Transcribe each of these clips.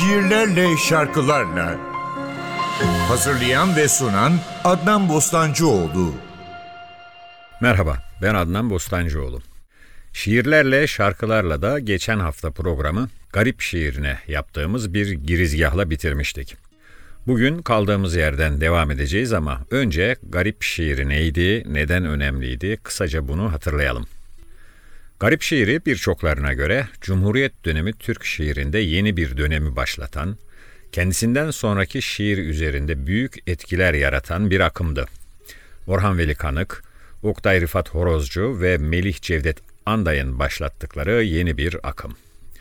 şiirlerle, şarkılarla. Hazırlayan ve sunan Adnan Bostancıoğlu. Merhaba, ben Adnan Bostancıoğlu. Şiirlerle, şarkılarla da geçen hafta programı Garip şiirine yaptığımız bir girizgahla bitirmiştik. Bugün kaldığımız yerden devam edeceğiz ama önce Garip şiiri neydi, neden önemliydi, kısaca bunu hatırlayalım. Garip şiiri birçoklarına göre Cumhuriyet dönemi Türk şiirinde yeni bir dönemi başlatan, kendisinden sonraki şiir üzerinde büyük etkiler yaratan bir akımdı. Orhan Veli Kanık, Oktay Rıfat Horozcu ve Melih Cevdet Anday'ın başlattıkları yeni bir akım.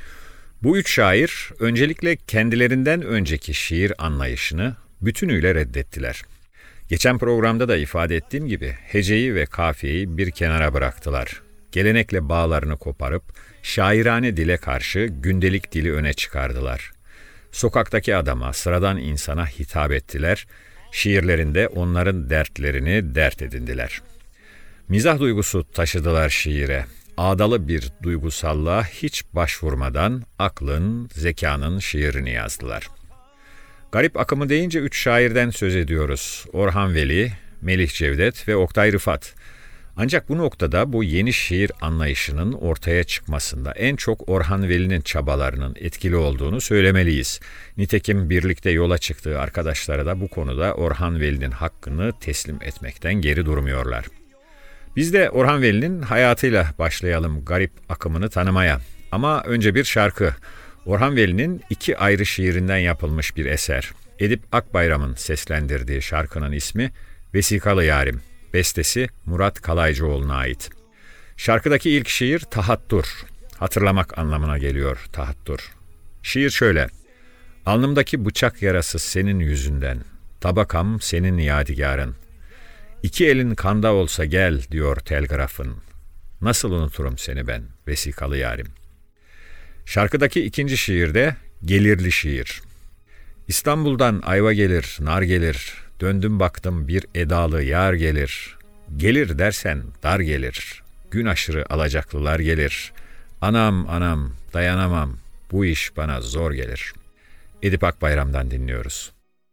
Bu üç şair öncelikle kendilerinden önceki şiir anlayışını bütünüyle reddettiler. Geçen programda da ifade ettiğim gibi heceyi ve kafiyeyi bir kenara bıraktılar. Gelenekle bağlarını koparıp şairane dile karşı gündelik dili öne çıkardılar. Sokaktaki adama, sıradan insana hitap ettiler, şiirlerinde onların dertlerini dert edindiler. Mizah duygusu taşıdılar şiire. Ağdalı bir duygusallığa hiç başvurmadan aklın, zekanın şiirini yazdılar. Garip akımı deyince üç şairden söz ediyoruz. Orhan Veli, Melih Cevdet ve Oktay Rıfat. Ancak bu noktada bu yeni şiir anlayışının ortaya çıkmasında en çok Orhan Veli'nin çabalarının etkili olduğunu söylemeliyiz. Nitekim birlikte yola çıktığı arkadaşları da bu konuda Orhan Veli'nin hakkını teslim etmekten geri durmuyorlar. Biz de Orhan Veli'nin hayatıyla başlayalım garip akımını tanımaya. Ama önce bir şarkı. Orhan Veli'nin iki ayrı şiirinden yapılmış bir eser. Edip Akbayram'ın seslendirdiği şarkının ismi Vesikalı Yarim. Bestesi Murat Kalaycıoğlu'na ait. Şarkıdaki ilk şiir tahattur. Hatırlamak anlamına geliyor tahattur. Şiir şöyle. Alnımdaki bıçak yarası senin yüzünden. Tabakam senin yadigarın. İki elin kanda olsa gel diyor telgrafın. Nasıl unuturum seni ben vesikalı yarim. Şarkıdaki ikinci şiirde gelirli şiir. İstanbul'dan ayva gelir, nar gelir. Döndüm baktım bir edalı yar gelir. Gelir dersen dar gelir. Gün aşırı alacaklılar gelir. Anam anam dayanamam. Bu iş bana zor gelir. Edip Akbayram'dan dinliyoruz.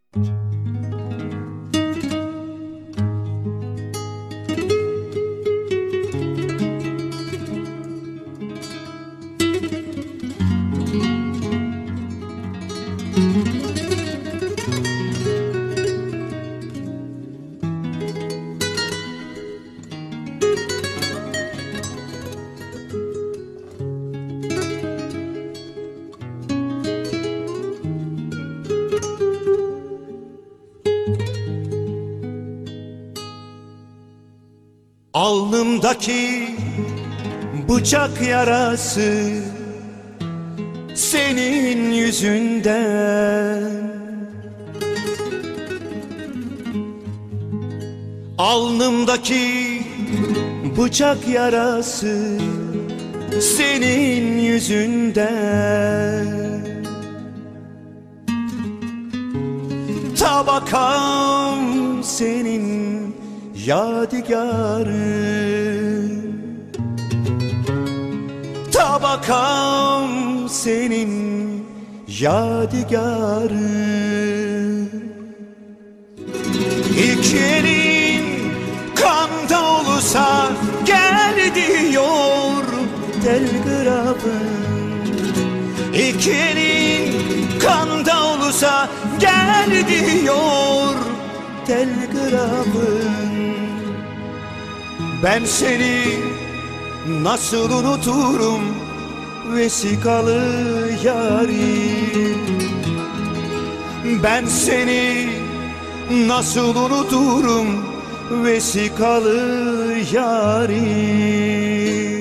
Alnımdaki bıçak yarası senin yüzünden. Alnımdaki bıçak yarası senin yüzünden. Tabakam senin yadigarın. Tabakam senin yadigarın. İki elin kanda olursa gel diyor telgrafın. İki elin kanda olursa gel diyor telgrafın. Ben seni nasıl unuturum vesikalı yarim. Ben seni nasıl unuturum vesikalı yarim.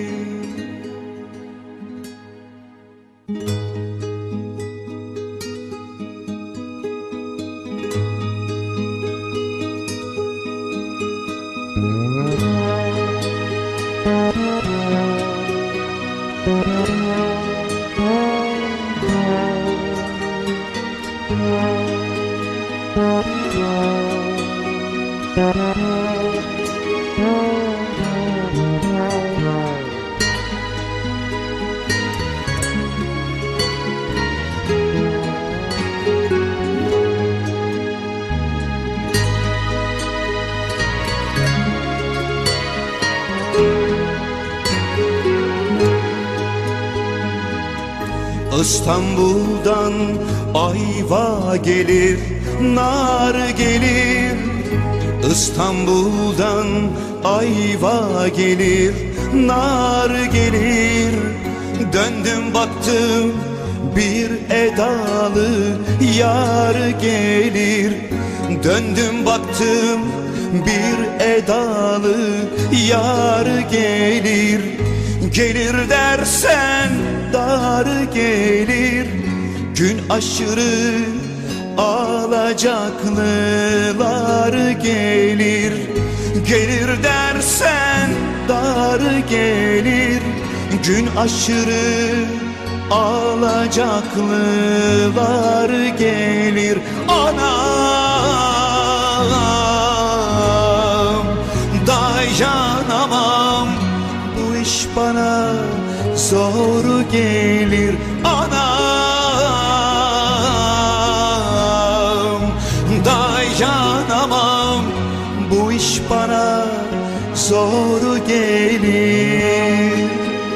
İstanbul'dan ayva gelir, nar gelir. İstanbul'dan ayva gelir, nar gelir. Döndüm baktım bir edalı yar gelir. Döndüm baktım bir edalı yar gelir. Gelir dersen dar gelir. Gün aşırı alacaklılar gelir. Gelir dersen dar gelir. Gün aşırı alacaklılar gelir. Anam, dayanamam, bu iş bana zor gelir. Anam, dayanamam, bu iş bana zor gelir.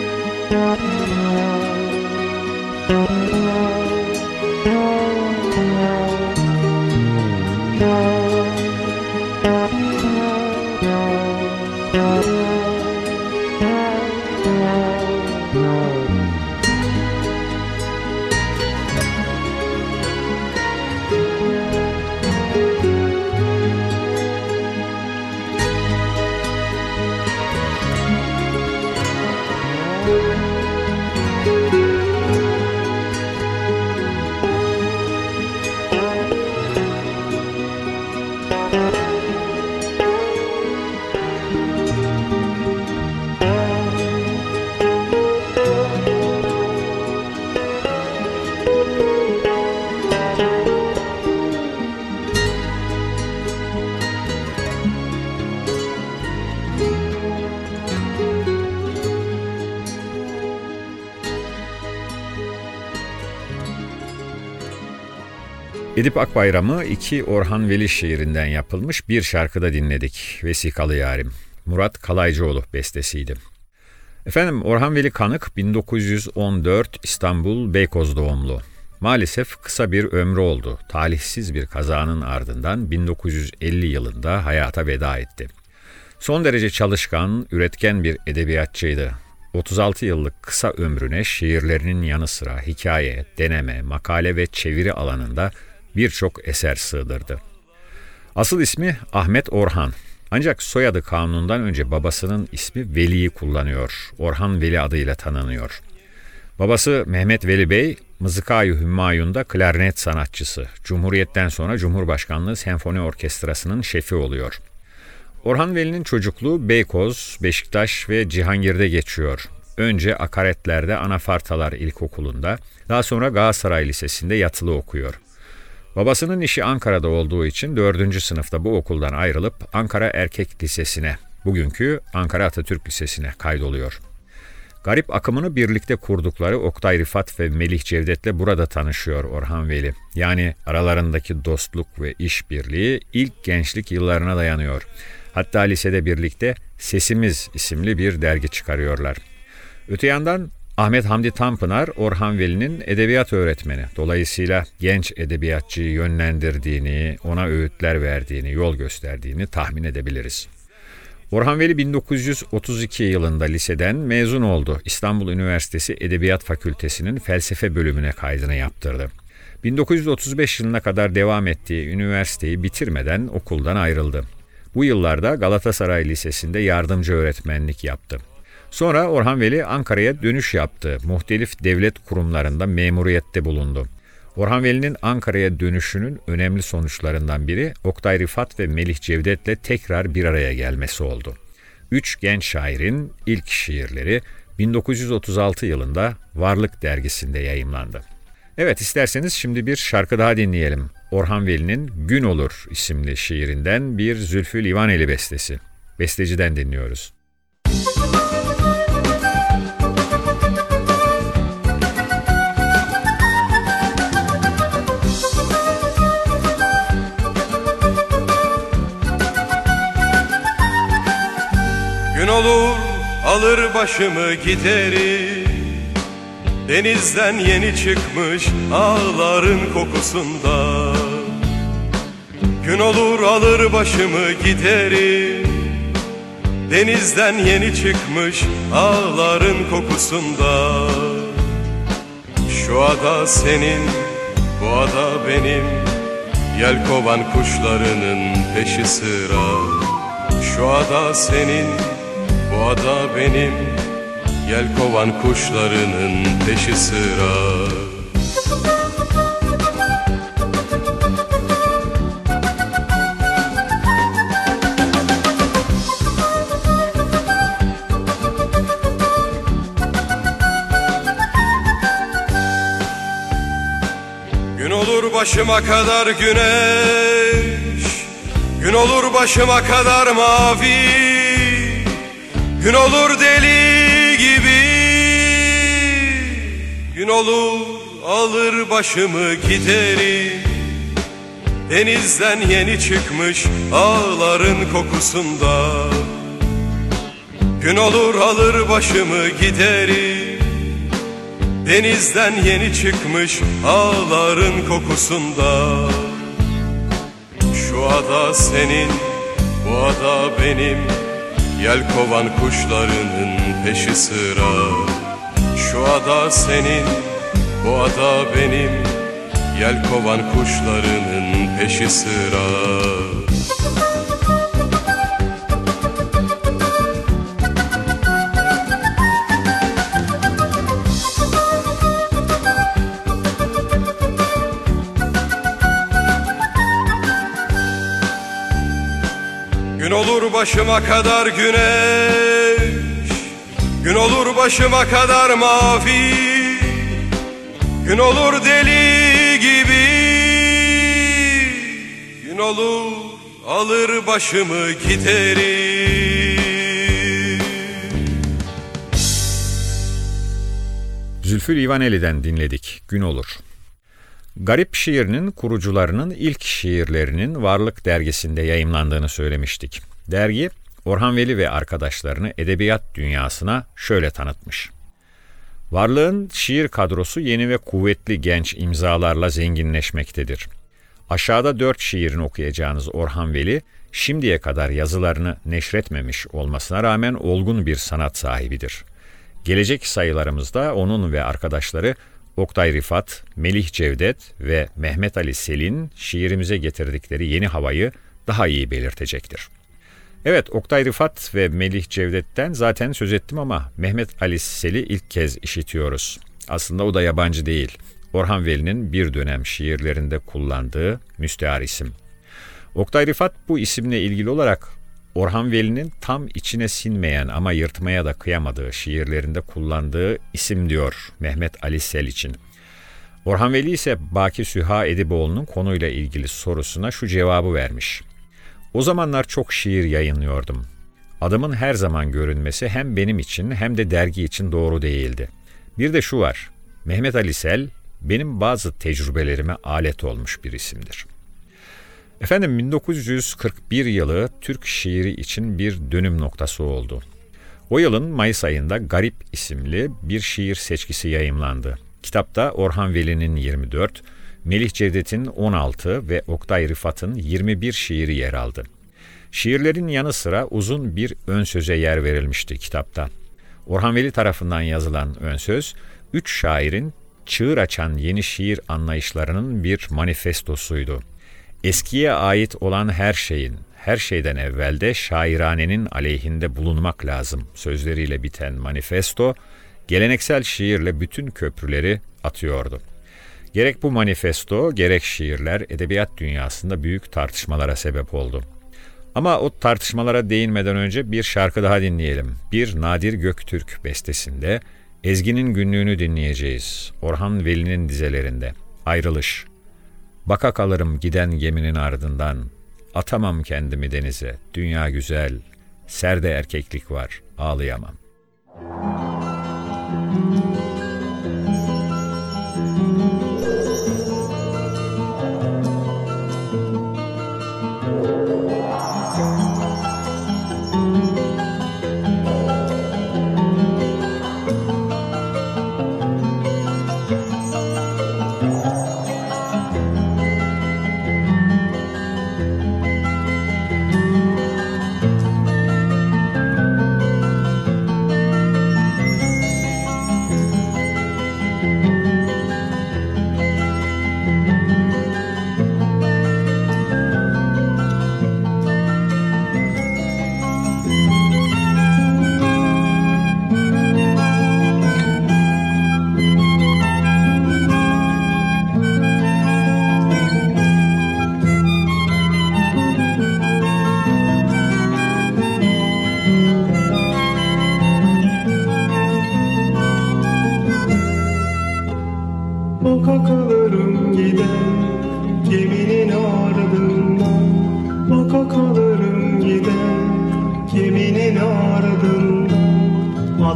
Edip Akbayram'ı iki Orhan Veli şiirinden yapılmış bir şarkıda dinledik. Vesikalı Yarim. Murat Kalaycıoğlu bestesiydi. Efendim, Orhan Veli Kanık 1914 İstanbul Beykoz doğumlu. Maalesef kısa bir ömrü oldu. Talihsiz bir kazanın ardından 1950 yılında hayata veda etti. Son derece çalışkan, üretken bir edebiyatçıydı. 36 yıllık kısa ömrüne şiirlerinin yanı sıra hikaye, deneme, makale ve çeviri alanında birçok eser sığdırdı. Asıl ismi Ahmet Orhan. Ancak soyadı kanundan önce babasının ismi Veli'yi kullanıyor. Orhan Veli adıyla tanınıyor. Babası Mehmet Veli Bey, Mızıkayı Hümayun'da klarnet sanatçısı. Cumhuriyetten sonra Cumhurbaşkanlığı Senfoni Orkestrası'nın şefi oluyor. Orhan Veli'nin çocukluğu Beykoz, Beşiktaş ve Cihangir'de geçiyor. Önce Akaretler'de Anafartalar İlkokulu'nda, daha sonra Galatasaray Lisesi'nde yatılı okuyor. Babasının işi Ankara'da olduğu için 4. sınıfta bu okuldan ayrılıp Ankara Erkek Lisesi'ne, bugünkü Ankara Atatürk Lisesi'ne kaydoluyor. Garip akımını birlikte kurdukları Oktay Rifat ve Melih Cevdet'le burada tanışıyor Orhan Veli. Yani aralarındaki dostluk ve işbirliği ilk gençlik yıllarına dayanıyor. Hatta lisede birlikte Sesimiz isimli bir dergi çıkarıyorlar. Öte yandan Ahmet Hamdi Tanpınar, Orhan Veli'nin edebiyat öğretmeni. Dolayısıyla genç edebiyatçıyı yönlendirdiğini, ona öğütler verdiğini, yol gösterdiğini tahmin edebiliriz. Orhan Veli 1932 yılında liseden mezun oldu. İstanbul Üniversitesi Edebiyat Fakültesi'nin felsefe bölümüne kaydını yaptırdı. 1935 yılına kadar devam ettiği üniversiteyi bitirmeden okuldan ayrıldı. Bu yıllarda Galatasaray Lisesi'nde yardımcı öğretmenlik yaptı. Sonra Orhan Veli Ankara'ya dönüş yaptı. Muhtelif devlet kurumlarında memuriyette bulundu. Orhan Veli'nin Ankara'ya dönüşünün önemli sonuçlarından biri Oktay Rifat ve Melih Cevdet'le tekrar bir araya gelmesi oldu. 3 genç şairin ilk şiirleri 1936 yılında Varlık dergisinde yayımlandı. Evet, isterseniz şimdi bir şarkı daha dinleyelim. Orhan Veli'nin Gün Olur isimli şiirinden bir Zülfü Livaneli bestesi. Besteciden dinliyoruz. Gün olur alır başımı giderim, Denizden yeni çıkmış ağların kokusunda. Gün olur alır başımı giderim, denizden yeni çıkmış ağların kokusunda. Şu ada senin, bu ada benim, yelkovan kuşlarının peşi sıra. Şu ada senin, bu ada benim, yelkovan kuşlarının peşi sıra. Gün olur başıma kadar güneş, gün olur başıma kadar mavi, gün olur deli gibi, gün olur alır başımı giderim, denizden yeni çıkmış ağların kokusunda. Gün olur alır başımı giderim, denizden yeni çıkmış ağların kokusunda. Şu ada senin, bu ada benim, yelkovan kuşlarının peşi sıra. Şu ada senin, bu ada benim, yelkovan kuşlarının peşi sıra. Gün olur başıma kadar güneş, gün olur başıma kadar mavi, gün olur deli gibi, gün olur alır başımı giderim. Zülfü Livaneli'den dinledik Gün Olur. Garip şiirinin kurucularının ilk şiirlerinin Varlık dergisinde yayımlandığını söylemiştik. Dergi, Orhan Veli ve arkadaşlarını edebiyat dünyasına şöyle tanıtmış. Varlık'ın şiir kadrosu yeni ve kuvvetli genç imzalarla zenginleşmektedir. Aşağıda 4 şiirini okuyacağınız Orhan Veli, şimdiye kadar yazılarını neşretmemiş olmasına rağmen olgun bir sanat sahibidir. Gelecek sayılarımızda onun ve arkadaşları Oktay Rifat, Melih Cevdet ve Mehmet Ali Selin şiirimize getirdikleri yeni havayı daha iyi belirtecektir. Evet, Oktay Rifat ve Melih Cevdet'ten zaten söz ettim ama Mehmet Ali Sel'i ilk kez işitiyoruz. Aslında o da yabancı değil. Orhan Veli'nin bir dönem şiirlerinde kullandığı müstehar isim. Oktay Rifat bu isimle ilgili olarak Orhan Veli'nin tam içine sinmeyen ama yırtmaya da kıyamadığı şiirlerinde kullandığı isim diyor Mehmet Ali Sel için. Orhan Veli ise Baki Süha Ediboğlu'nun konuyla ilgili sorusuna şu cevabı vermiş. O zamanlar çok şiir yayınlıyordum. Adımın her zaman görünmesi hem benim için hem de dergi için doğru değildi. Bir de şu var, Mehmet Ali Sel benim bazı tecrübelerime alet olmuş bir isimdir. Efendim 1941 yılı Türk şiiri için bir dönüm noktası oldu. O yılın Mayıs ayında Garip isimli bir şiir seçkisi yayımlandı. Kitapta Orhan Veli'nin 24, Melih Cevdet'in 16 ve Oktay Rıfat'ın 21 şiiri yer aldı. Şiirlerin yanı sıra uzun bir ön söze yer verilmişti kitapta. Orhan Veli tarafından yazılan ön söz, 3 şairin çığır açan yeni şiir anlayışlarının bir manifestosuydu. Eskiye ait olan her şeyden evvelde şairanenin aleyhinde bulunmak lazım sözleriyle biten manifesto, geleneksel şiirle bütün köprüleri atıyordu. Gerek bu manifesto, gerek şiirler edebiyat dünyasında büyük tartışmalara sebep oldu. Ama o tartışmalara değinmeden önce bir şarkı daha dinleyelim. Bir Nadir Göktürk bestesinde Ezgi'nin günlüğünü dinleyeceğiz. Orhan Veli'nin dizelerinde. Ayrılış. Baka kalırım giden geminin ardından. Atamam kendimi denize. Dünya güzel. Serde erkeklik var. Ağlayamam.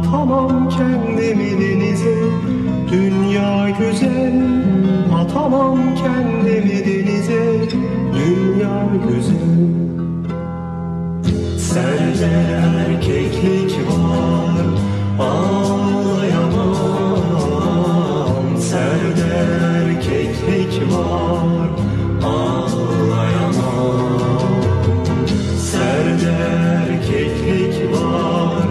atamam kendimi denize. Dünya güzel, atamam kendimi denize. Dünya güzel. Sende erkeklik var, ağlayamam. Sende erkeklik var, ağlayamam. Sende erkeklik var,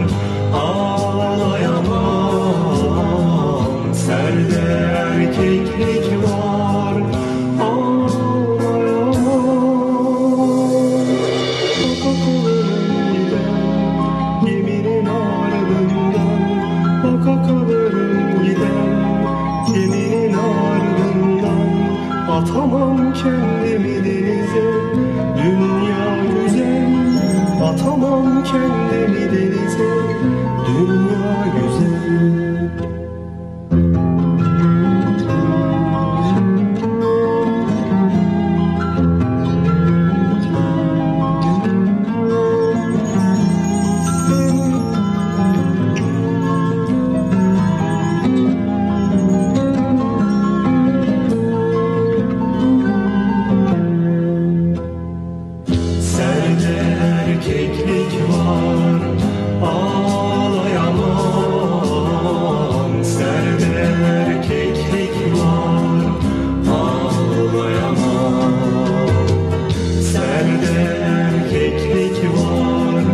ağlayamam. Sende erkeklik var, geminin ardından, baka kalırım giden, geminin ardından. Atamam kendimi denize, dünya güzel. Atamam kendimi denize, dünya güzel. Sende erkeklik var, ağlayamam. Sende erkeklik var, ağlayamam. Sende erkeklik var,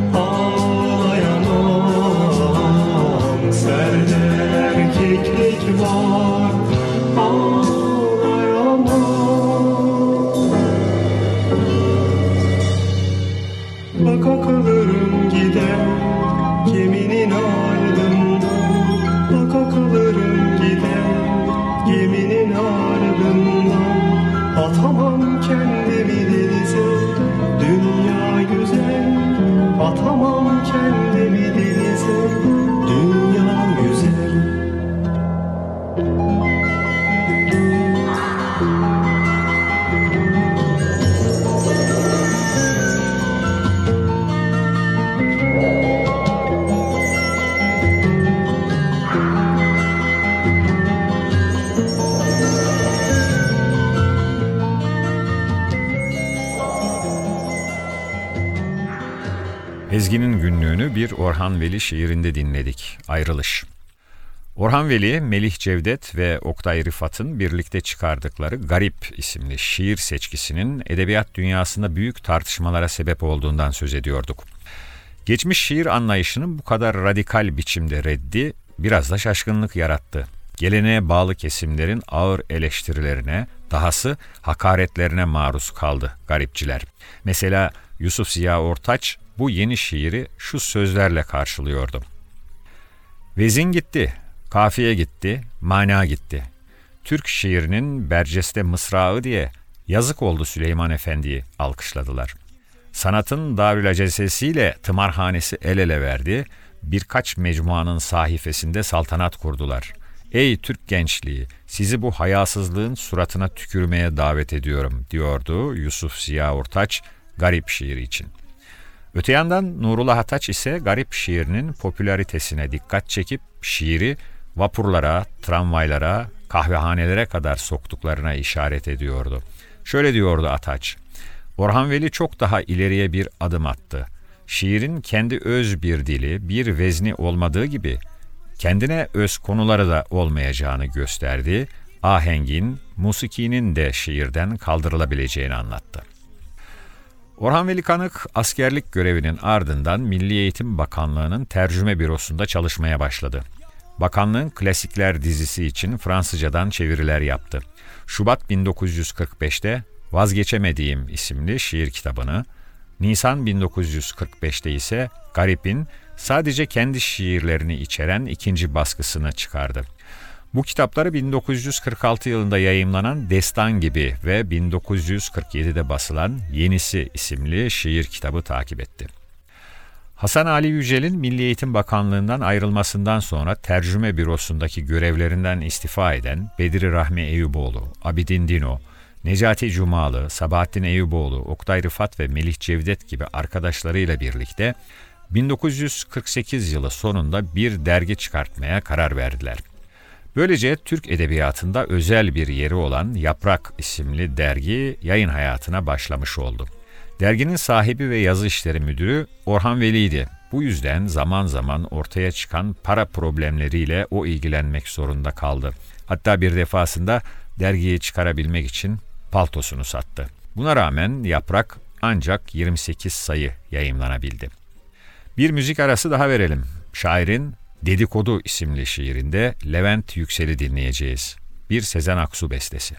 ağlayamam. Sende erkeklik var, ağlayamam. Baka kalırım giden, geminin ardından. Baka kalırım giden, geminin ardından. Atamam kendimi denize, dünya güzel. Atamam kendimi denize, dünya güzel. Ezgi'nin günlüğünü bir Orhan Veli şiirinde dinledik. Ayrılış. Orhan Veli, Melih Cevdet ve Oktay Rıfat'ın birlikte çıkardıkları Garip isimli şiir seçkisinin edebiyat dünyasında büyük tartışmalara sebep olduğundan söz ediyorduk. Geçmiş şiir anlayışının bu kadar radikal biçimde reddi biraz da şaşkınlık yarattı. Geleneğe bağlı kesimlerin ağır eleştirilerine, dahası hakaretlerine maruz kaldı garipçiler. Mesela Yusuf Ziya Ortaç bu yeni şiiri şu sözlerle karşılıyordu. Vezin gitti, kafiye gitti, mana gitti. Türk şiirinin berceste mısrağı diye yazık oldu Süleyman Efendi'yi alkışladılar. Sanatın darülacesesiyle tımarhanesi el ele verdi, birkaç mecmuanın sahifesinde saltanat kurdular. Ey Türk gençliği, sizi bu hayasızlığın suratına tükürmeye davet ediyorum, diyordu Yusuf Ziya Ortaç Garip şiiri için. Öte yandan Nurullah Ataç ise Garip şiirinin popülaritesine dikkat çekip şiiri vapurlara, tramvaylara, kahvehanelere kadar soktuklarına işaret ediyordu. Şöyle diyordu Ataç, Orhan Veli çok daha ileriye bir adım attı. Şiirin kendi öz bir dili, bir vezni olmadığı gibi kendine öz konuları da olmayacağını gösterdi, ahengin, musikinin de şiirden kaldırılabileceğini anlattı. Orhan Veli Kanık askerlik görevinin ardından Milli Eğitim Bakanlığı'nın tercüme bürosunda çalışmaya başladı. Bakanlığın Klasikler dizisi için Fransızcadan çeviriler yaptı. Şubat 1945'te Vazgeçemediğim isimli şiir kitabını, Nisan 1945'te ise Garip'in sadece kendi şiirlerini içeren ikinci baskısını çıkardı. Bu kitapları 1946 yılında yayımlanan Destan Gibi ve 1947'de basılan Yenisi isimli şiir kitabı takip etti. Hasan Ali Yücel'in Milli Eğitim Bakanlığı'ndan ayrılmasından sonra tercüme bürosundaki görevlerinden istifa eden Bedri Rahmi Eyüboğlu, Abidin Dino, Necati Cumalı, Sabahattin Eyüboğlu, Oktay Rıfat ve Melih Cevdet gibi arkadaşlarıyla birlikte 1948 yılı sonunda bir dergi çıkartmaya karar verdiler. Böylece Türk edebiyatında özel bir yeri olan Yaprak isimli dergi yayın hayatına başlamış oldu. Derginin sahibi ve yazı işleri müdürü Orhan Veli'ydi. Bu yüzden zaman zaman ortaya çıkan para problemleriyle o ilgilenmek zorunda kaldı. Hatta bir defasında dergiyi çıkarabilmek için paltosunu sattı. Buna rağmen Yaprak ancak 28 sayı yayımlanabildi. Bir müzik arası daha verelim. Şairin Dedikodu isimli şiirinde Levent Yüksel'i dinleyeceğiz. Bir Sezen Aksu bestesi.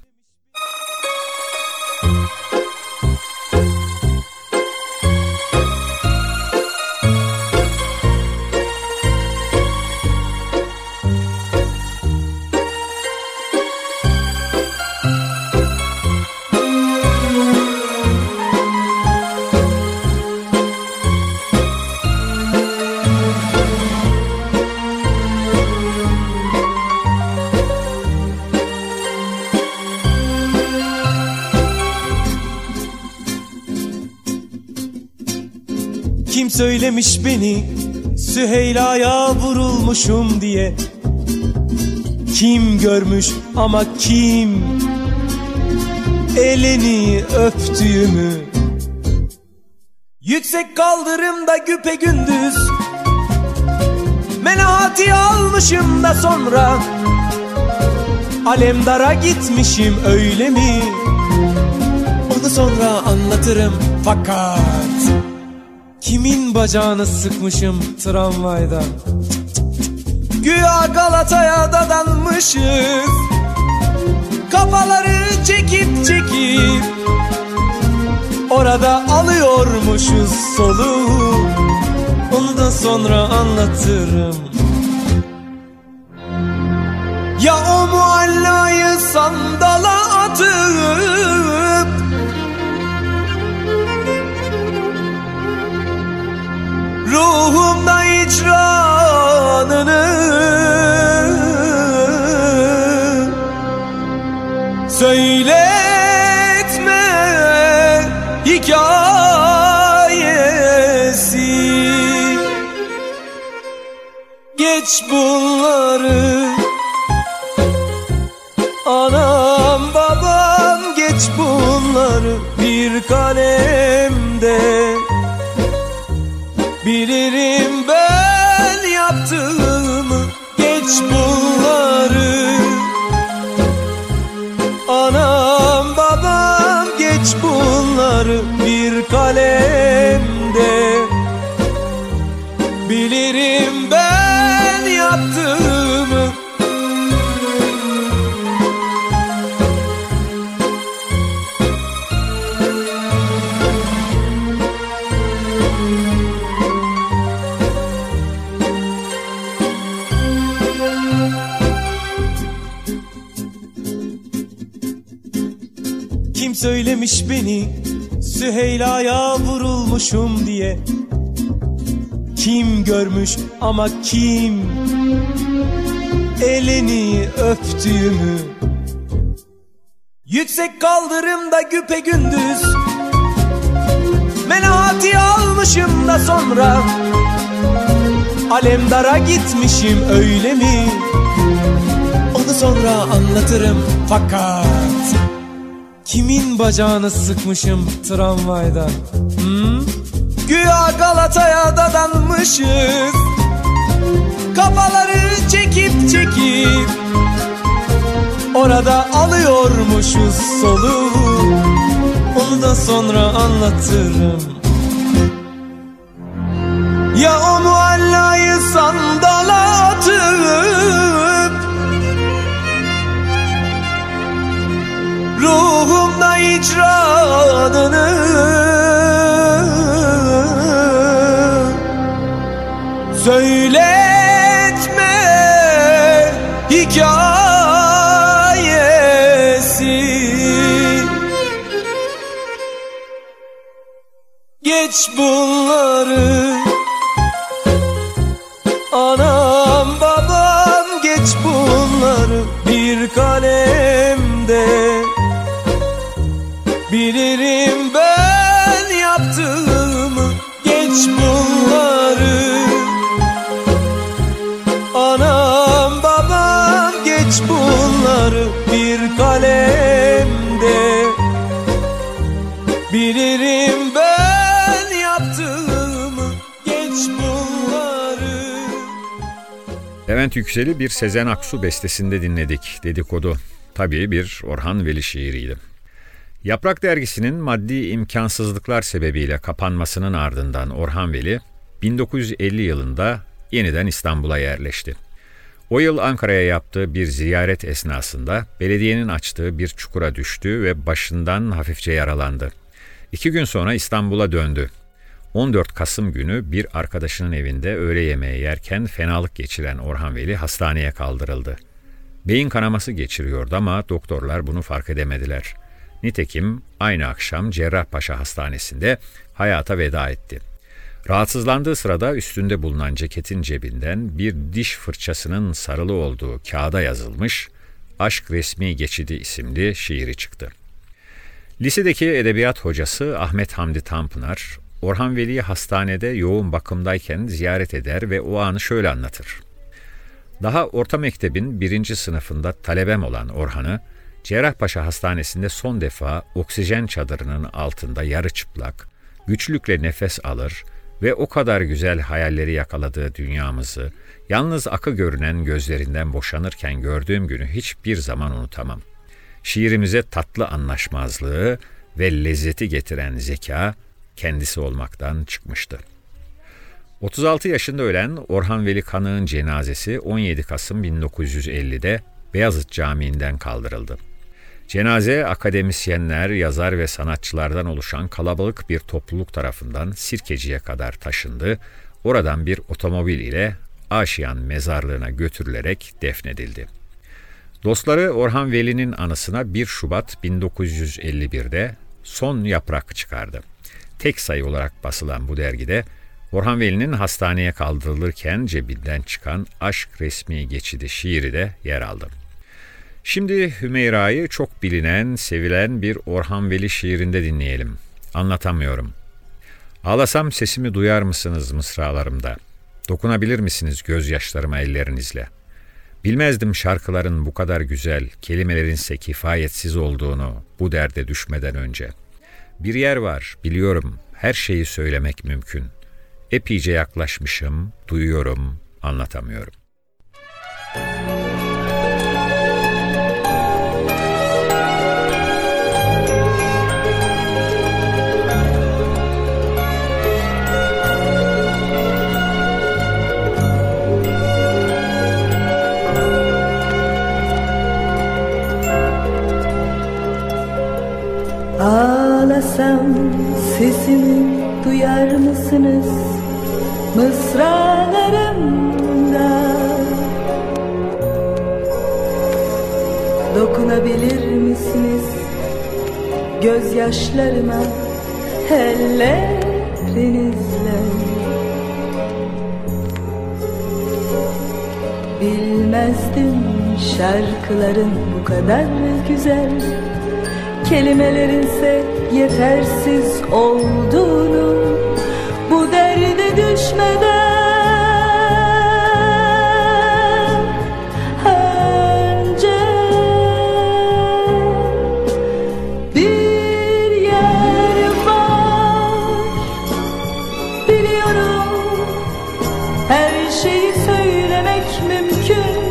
Kim söylemiş beni Süheyla'ya vurulmuşum diye? Kim görmüş ama kim elini öptüğümü? Yüksek kaldırımda güpegündüz Menahati almışım da sonra Alemdara gitmişim, öyle mi? Onu sonra anlatırım fakat kimin bacağını sıkmışım tramvayda? Güya Galata'ya dadanmışız, kafaları çekip çekip orada alıyormuşuz soluğu. Onu da sonra anlatırım. Ya o muallayı sandala atıp ruhumda icranını söyletme hikayesi. Geç bunları anam babam, geç bunları bir kalemde. Bilirim ben yaptığımı, geç bunları anam babam, geç bunları bir kalemde. Bilirim ben yaptığımı. Kim söylemiş beni Süheyla'ya vurulmuşum diye? Kim görmüş ama kim elini öptüğümü? Yüksek kaldırımda güpegündüz menahati almışım da sonra Alemdara gitmişim, öyle mi? Onu sonra anlatırım fakat kimin bacağını sıkmışım tramvayda? Güya Galata'ya dadanmışız, kafaları çekip çekip orada alıyormuşuz soluğu. Onu da sonra anlatırım. Ya o muallayı sandala atıp ruhumda icranını söyletme hikayesi. Geç bunları anam babam, geç bunları bir kalemde. Bilirim ben yaptığımı, geç bunları Bileyim ben yaptığımı, geç bunları. Levent Yüksel'i bir Sezen Aksu bestesinde dinledik. Dedikodu. Tabii bir Orhan Veli şiiriydi. Yaprak Dergisi'nin maddi imkansızlıklar sebebiyle kapanmasının ardından Orhan Veli 1950 yılında yeniden İstanbul'a yerleşti. O yıl Ankara'ya yaptığı bir ziyaret esnasında belediyenin açtığı bir çukura düştü ve başından hafifçe yaralandı. 2 gün sonra İstanbul'a döndü. 14 Kasım günü bir arkadaşının evinde öğle yemeği yerken fenalık geçiren Orhan Veli hastaneye kaldırıldı. Beyin kanaması geçiriyordu ama doktorlar bunu fark edemediler. Nitekim aynı akşam Cerrahpaşa Hastanesi'nde hayata veda etti. Rahatsızlandığı sırada üstünde bulunan ceketin cebinden bir diş fırçasının sarılı olduğu kağıda yazılmış "Aşk Resmi Geçidi" isimli şiiri çıktı. Lisedeki edebiyat hocası Ahmet Hamdi Tanpınar, Orhan Veli'yi hastanede yoğun bakımdayken ziyaret eder ve o anı şöyle anlatır. Daha orta mektebin 1. sınıfında talebem olan Orhan'ı, Cerrahpaşa Hastanesi'nde son defa oksijen çadırının altında yarı çıplak, güçlükle nefes alır ve o kadar güzel hayalleri yakaladığı dünyamızı, yalnız akı görünen gözlerinden boşanırken gördüğüm günü hiçbir zaman unutamam. Şiirimize tatlı anlaşmazlığı ve lezzeti getiren zeka kendisi olmaktan çıkmıştı. 36 yaşında ölen Orhan Veli Kanık'ın cenazesi 17 Kasım 1950'de Beyazıt Camii'nden kaldırıldı. Cenaze akademisyenler, yazar ve sanatçılardan oluşan kalabalık bir topluluk tarafından Sirkeci'ye kadar taşındı. Oradan bir otomobil ile Aşiyan mezarlığına götürülerek defnedildi. Dostları Orhan Veli'nin anısına 1 Şubat 1951'de Son Yaprak çıkardı. Tek sayı olarak basılan bu dergide Orhan Veli'nin hastaneye kaldırılırken cebinden çıkan Aşk Resmi Geçidi şiiri de yer aldı. Şimdi Hümeyra'yı çok bilinen, sevilen bir Orhan Veli şiirinde dinleyelim. Anlatamıyorum. Ağlasam sesimi duyar mısınız mısralarımda? Dokunabilir misiniz gözyaşlarıma ellerinizle? Bilmezdim şarkıların bu kadar güzel, kelimelerinse kifayetsiz olduğunu bu derde düşmeden önce. Bir yer var, biliyorum, her şeyi söylemek mümkün. Epeyce yaklaşmışım, duyuyorum, anlatamıyorum. Ağlasam sesimi duyar mısınız mısralarımda? Dokunabilir misiniz gözyaşlarıma ellerinizle? Bilmezdim şarkıların bu kadar güzel, kelimelerinse yetersiz olduğunu bu derde düşmeden önce. Bir yer var, biliyorum, her şeyi söylemek mümkün.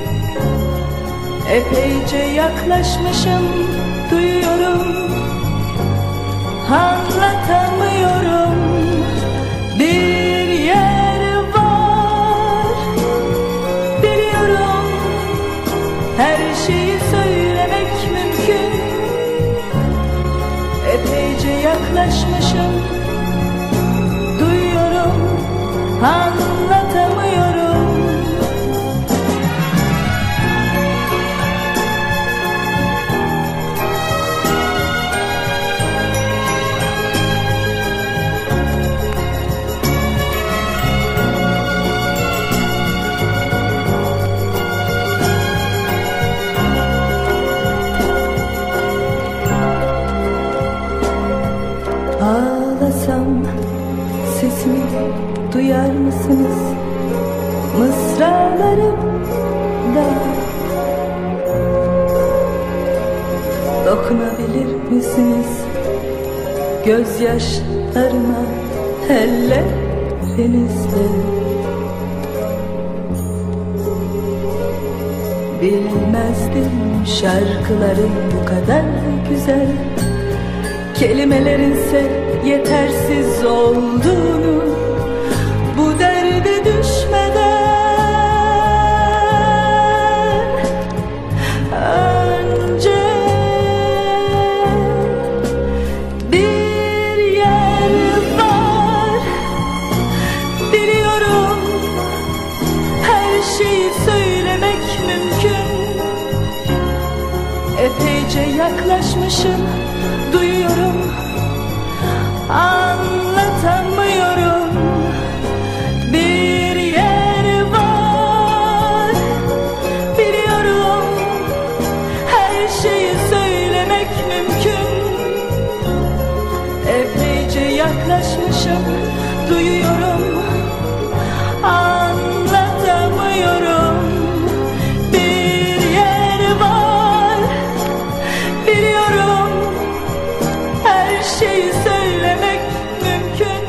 Epeyce yaklaşmışım, duyuyorum, anlatamıyorum. Bir yer var, biliyorum, her şeyi söylemek mümkün. Epeyce yaklaşmışım, duyuyorum, anlatamıyorum. Ağlasam sesimi duyar mısınız mısralarımda? Dokunabilir misiniz gözyaşlarına elle denizle. Bilmezdim şarkıların bu kadar güzel, kelimelerinse yetersiz olduğunu. Bu derde düşmeden önce bir yer var, biliyorum her şeyi söylemek mümkün. Epeyce yaklaşmışım, duyuyorum, anlatamıyorum. Bir yer var, biliyorum her şeyi söylemek mümkün. Epeyce yaklaşmışım, duyuyorum, anlatamıyorum. Bir yer var, biliyorum her şeyi söylemek mümkün.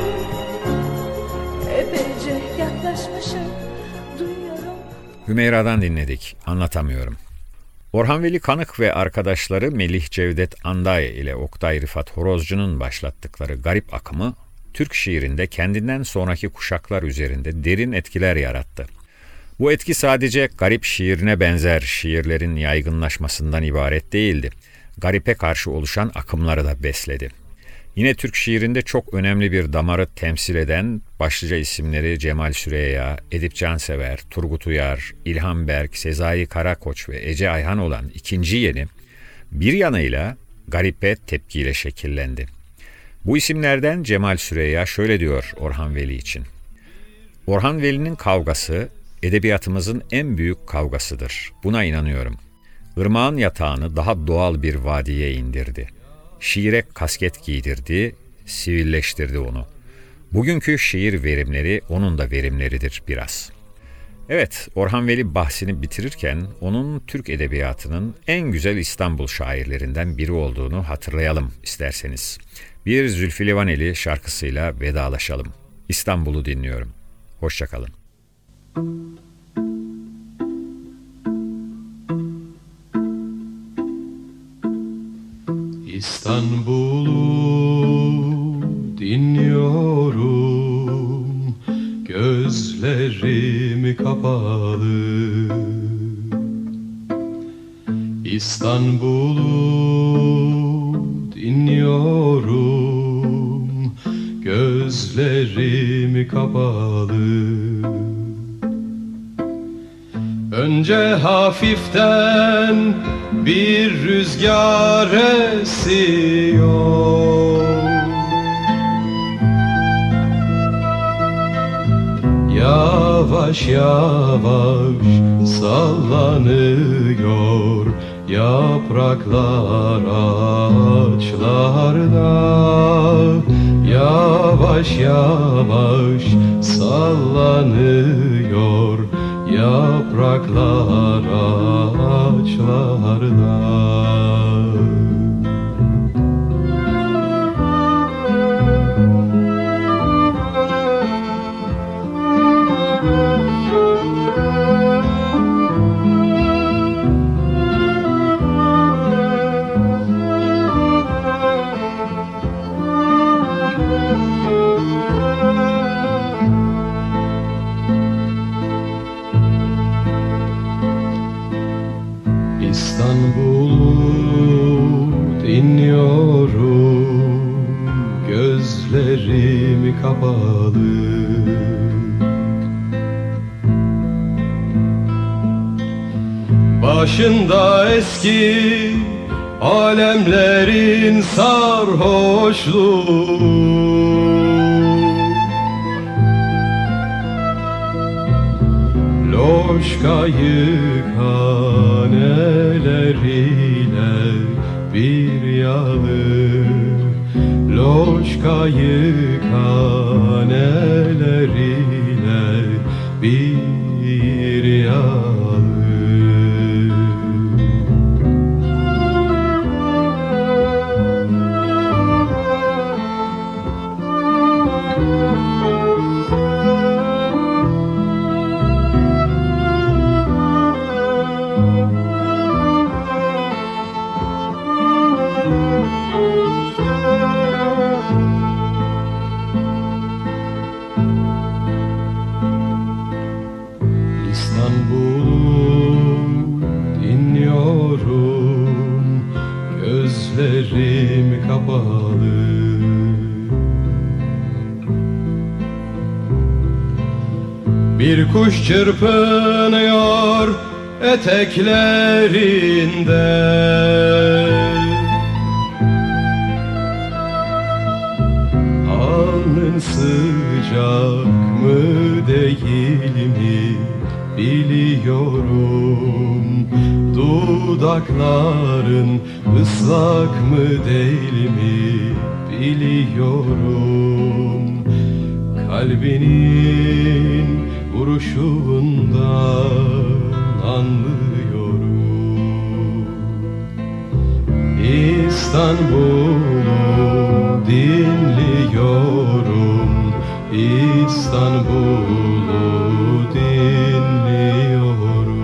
Epeyce yaklaşmışım, duyuyorum. Hümeyra'dan dinledik. Anlatamıyorum. Orhan Veli Kanık ve arkadaşları Melih Cevdet Anday ile Oktay Rıfat Horozcu'nun başlattıkları garip akımı, Türk şiirinde kendinden sonraki kuşaklar üzerinde derin etkiler yarattı. Bu etki sadece garip şiirine benzer şiirlerin yaygınlaşmasından ibaret değildi. Garipe karşı oluşan akımları da besledi. Yine Türk şiirinde çok önemli bir damarı temsil eden başlıca isimleri Cemal Süreyya, Edip Cansever, Turgut Uyar, İlhan Berk, Sezai Karakoç ve Ece Ayhan olan ikinci yeni, bir yanıyla garipe tepkiyle şekillendi. Bu isimlerden Cemal Süreyya şöyle diyor Orhan Veli için: Orhan Veli'nin kavgası edebiyatımızın en büyük kavgasıdır. Buna inanıyorum. Irmağın yatağını daha doğal bir vadiye indirdi. Şiire kasket giydirdi, sivilleştirdi onu. Bugünkü şiir verimleri onun da verimleridir biraz. Evet, Orhan Veli bahsini bitirirken onun Türk edebiyatının en güzel İstanbul şairlerinden biri olduğunu hatırlayalım isterseniz. Bir Zülfü Livaneli şarkısıyla vedalaşalım. İstanbul'u dinliyorum. Hoşça kalın. İstanbul'u dinliyorum, gözlerim kapalı. İstanbul'u dinliyorum, gözlerim kapalı. Önce hafiften bir rüzgar esiyor, yavaş yavaş sallanıyor yapraklar ağaçlarda. Yavaş yavaş sallanıyor yapraklar ağaçlarda. İstanbul'u dinliyorum, gözlerim kapalı. Başında eski alemlerin sarhoşluğu, loşkayı kaneleriyle bir yalı, loşkayı kaneleriyle bir yalı. Bir kuş çırpınıyor eteklerinde. Alnın sıcak mı değil mi biliyorum. Dudakların ıslak mı değil mi biliyorum. Kalbinin vuruşundan anlıyorum. İstanbul'u dinliyorum, İstanbul'u dinliyorum.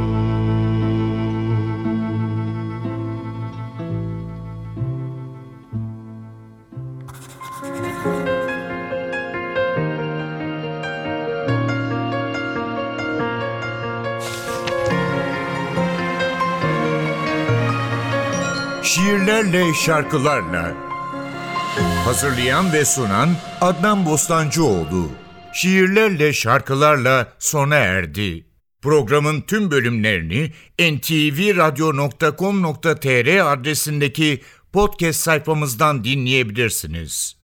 Şiirlerle, şarkılarla. Hazırlayan ve sunan Adnan Bostancıoğlu. Şiirlerle, şarkılarla sona erdi. Programın tüm bölümlerini ntvradio.com.tr adresindeki podcast sayfamızdan dinleyebilirsiniz.